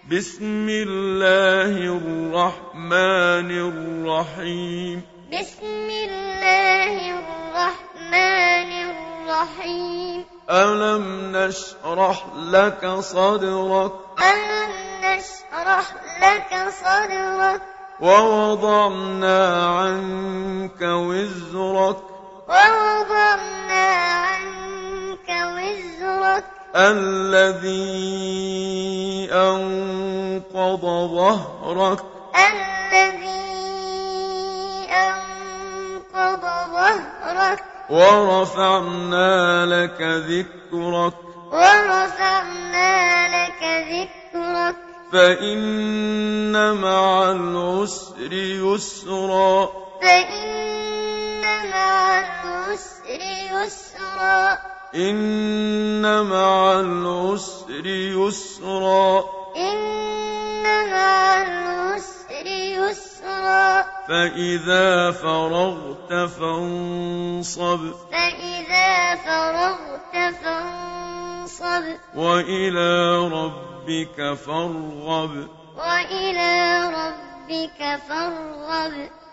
بسم الله الرحمن الرحيم. بسم الله الرحمن الرحيم. ألم نشرح لك صدرك. ألم نشرح لك صدرك. ووضعنا عنك وزرك. ووضعنا عنك وزرك. الذي أنقض ظهرك. الذي أنقض ظهرك. ورفعنا لك ذكرك. ورفعنا لك ذكرك. فإن مع العسر يسرا. فإن مع العسر يسرا. إن مع العسر يسرا. إن مع العسر يسرا. فإذا فرغت فانصب. فإذا فرغت فانصب. وإلى ربك فارغب. وإلى ربك فارغب.